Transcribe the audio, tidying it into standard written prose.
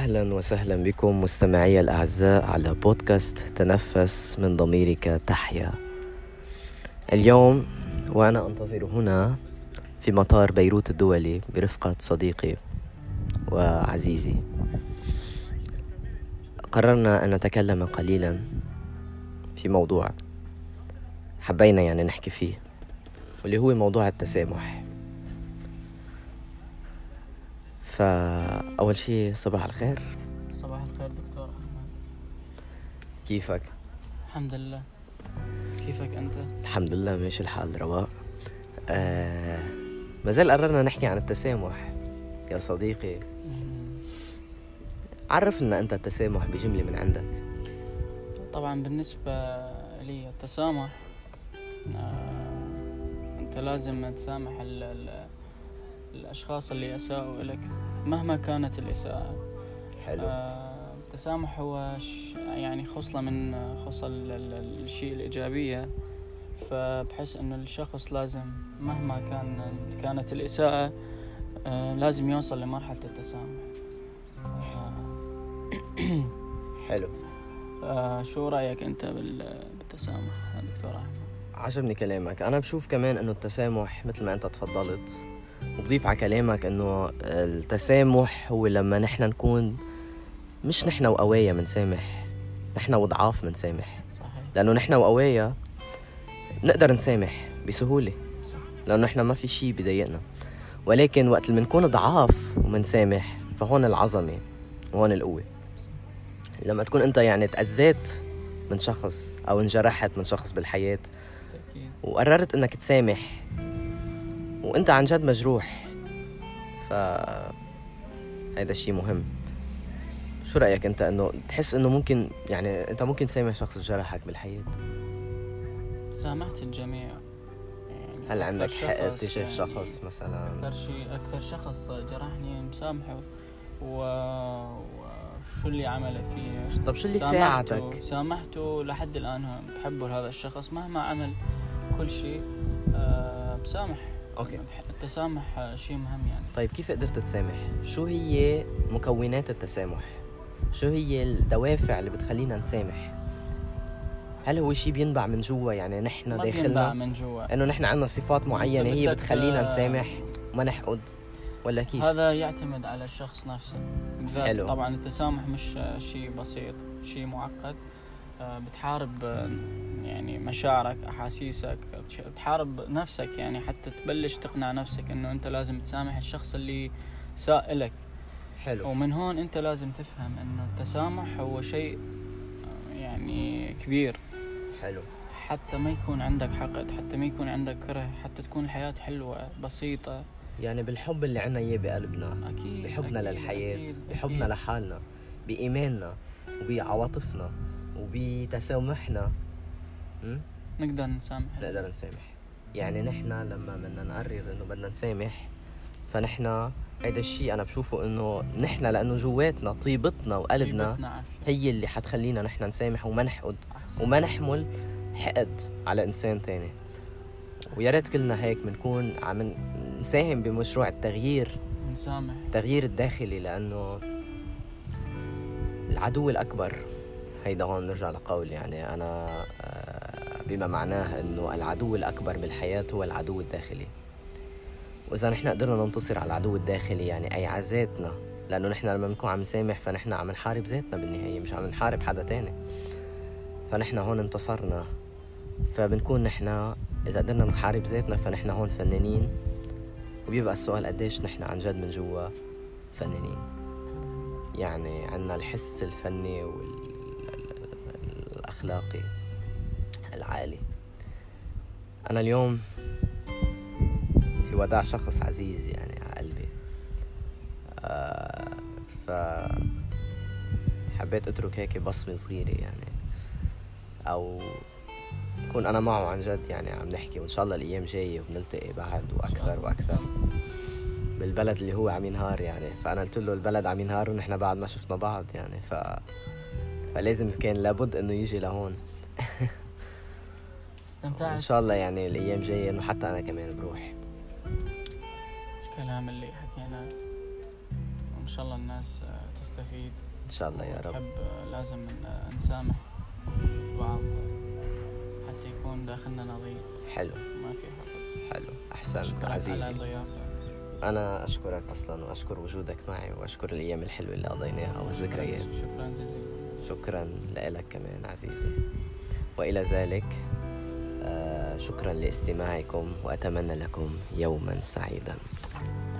أهلا وسهلا بكم مستمعي الأعزاء على بودكاست تنفس من ضميرك تحيا. اليوم وأنا أنتظر هنا في مطار بيروت الدولي برفقة صديقي وعزيزي، قررنا أن نتكلم قليلا في موضوع حبينا نحكي فيه، واللي هو موضوع التسامح. فأول شيء صباح الخير. صباح الخير دكتور أحمد، كيفك؟ الحمد لله. كيفك أنت؟ الحمد لله ماشي الحال رواق. مازال قررنا نحكي عن التسامح يا صديقي. عرفنا أنت التسامح بجملة من عندك. طبعا بالنسبة لي التسامح أنت لازم تسامح الأشخاص اللي أساءوا إليك مهما كانت الإساءة. حلو. التسامح هو خصلة من خصل الشيء الإيجابية، فبحس أنه الشخص لازم مهما كانت الإساءة لازم يوصل لمرحلة التسامح. حلو. شو رأيك أنت بالتسامح دكتور أحمد؟ عجبني كلامك. أنا بشوف كمان أنه التسامح مثل ما أنت تفضلت، وبضيف على كلامك أنه التسامح هو لما نحن نكون مش نحن وقوايا منسامح، نحن وضعاف منسامح. صحيح. لأنه نحن وقوايا نقدر نسامح بسهولة، صح. لأنه نحن ما في شيء بيضايقنا، ولكن وقت اللي منكون ضعاف ومنسامح فهون العظمة وهون القوة. لما تكون أنت تأذيت من شخص أو انجرحت من شخص بالحياة تأكيد. وقررت أنك تسامح وأنت عن جد مجروح، هذا الشيء مهم. شو رأيك أنت أنه تحس أنه ممكن أنت ممكن تسامح شخص جرحك بالحياة؟ سامحت الجميع. هل عندك حق تجاه شخص مثلا؟ أكثر شخص جرحني مسامحه وشو اللي عمله فيه. طب شو اللي ساعدك؟ سامحته لحد الآن بحبه هذا الشخص مهما عمل كل شيء. بسامح. أوكي. التسامح شيء مهم طيب كيف قدرت تسامح؟ شو هي مكونات التسامح؟ شو هي الدوافع اللي بتخلينا نسامح؟ هل هو شيء بينبع من جوا نحن داخلنا؟ بينبع من جوا، انه نحن عندنا صفات معينة هي بتخلينا نسامح وما نحقد، ولا كيف؟ هذا يعتمد على الشخص نفسه. حلو. طبعا التسامح مش شيء بسيط، شيء معقد. بتحارب مشاعرك، أحاسيسك، بتحارب نفسك حتى تبلش تقنع نفسك انه انت لازم تسامح الشخص اللي ساء لك. حلو. ومن هون انت لازم تفهم انه التسامح هو شيء كبير. حلو. حتى ما يكون عندك حقد، حتى ما يكون عندك كره، حتى تكون الحياة حلوة بسيطة. بالحب اللي عنا اياه بقلبنا، أكيد. بحبنا أكيد. للحياة. أكيد. بحبنا لحالنا، بإيماننا وبعواطفنا وبتسامحنا نقدر نسامح. نحن لما بدنا نقرر انه بدنا نسامح، فنحن هيدا الشيء انا بشوفه انه نحن لانه جواتنا طيبتنا وقلبنا هي اللي حتخلينا نحن نسامح وما نحقد وما نحمل حقد على انسان تاني. ويا ريت كلنا هيك بنكون عم نساهم بمشروع التغيير، نسامح، التغيير الداخلي، لانه العدو الاكبر هيدا هون نرجع لقول انا بما معناه انه العدو الاكبر بالحياة هو العدو الداخلي. واذا نحن قدرنا ننتصر على العدو الداخلي اي عذاتنا، لانه نحن لما بنكون عم نسامح فنحن عم نحارب ذاتنا بالنهاية، مش عم نحارب حدا تاني. فنحن هون انتصرنا، فبنكون نحن اذا قدرنا نحارب ذاتنا فنحن هون فنانين. وبيبقى السؤال قديش نحن عن جد من جوا فنانين، عنا الحس الفني والأخلاقي العالي. أنا اليوم في وداع شخص عزيز على قلبي، فحبيت أترك هيك بصمة صغيرة أو كون أنا معه عن جد عم نحكي، وإن شاء الله الأيام جاية وبنلتقي بعد وأكثر وأكثر بالبلد اللي هو عم ينهار. فأنا قلت له البلد عم ينهار ونحن بعد ما شفنا بعض فلازم كان لابد إنه يجي لهون. استمتعت إن شاء الله الأيام جاية إنه حتى أنا كمان بروح. الكلام اللي حكينا إن شاء الله الناس تستفيد إن شاء الله يا رب. وتحب. لازم نسامح بعض حتى يكون داخلنا نظيف. حلو، ما في حقد. حلو، أحسنت شكراً على عزيزي. الضيافة. أنا أشكرك أصلا، وأشكر وجودك معي، وأشكر الأيام الحلوة اللي قضيناها والذكريات. شكرا جزيلا. شكرا لك كمان عزيزي. وإلى ذلك شكرا لاستماعكم، وأتمنى لكم يوما سعيدا.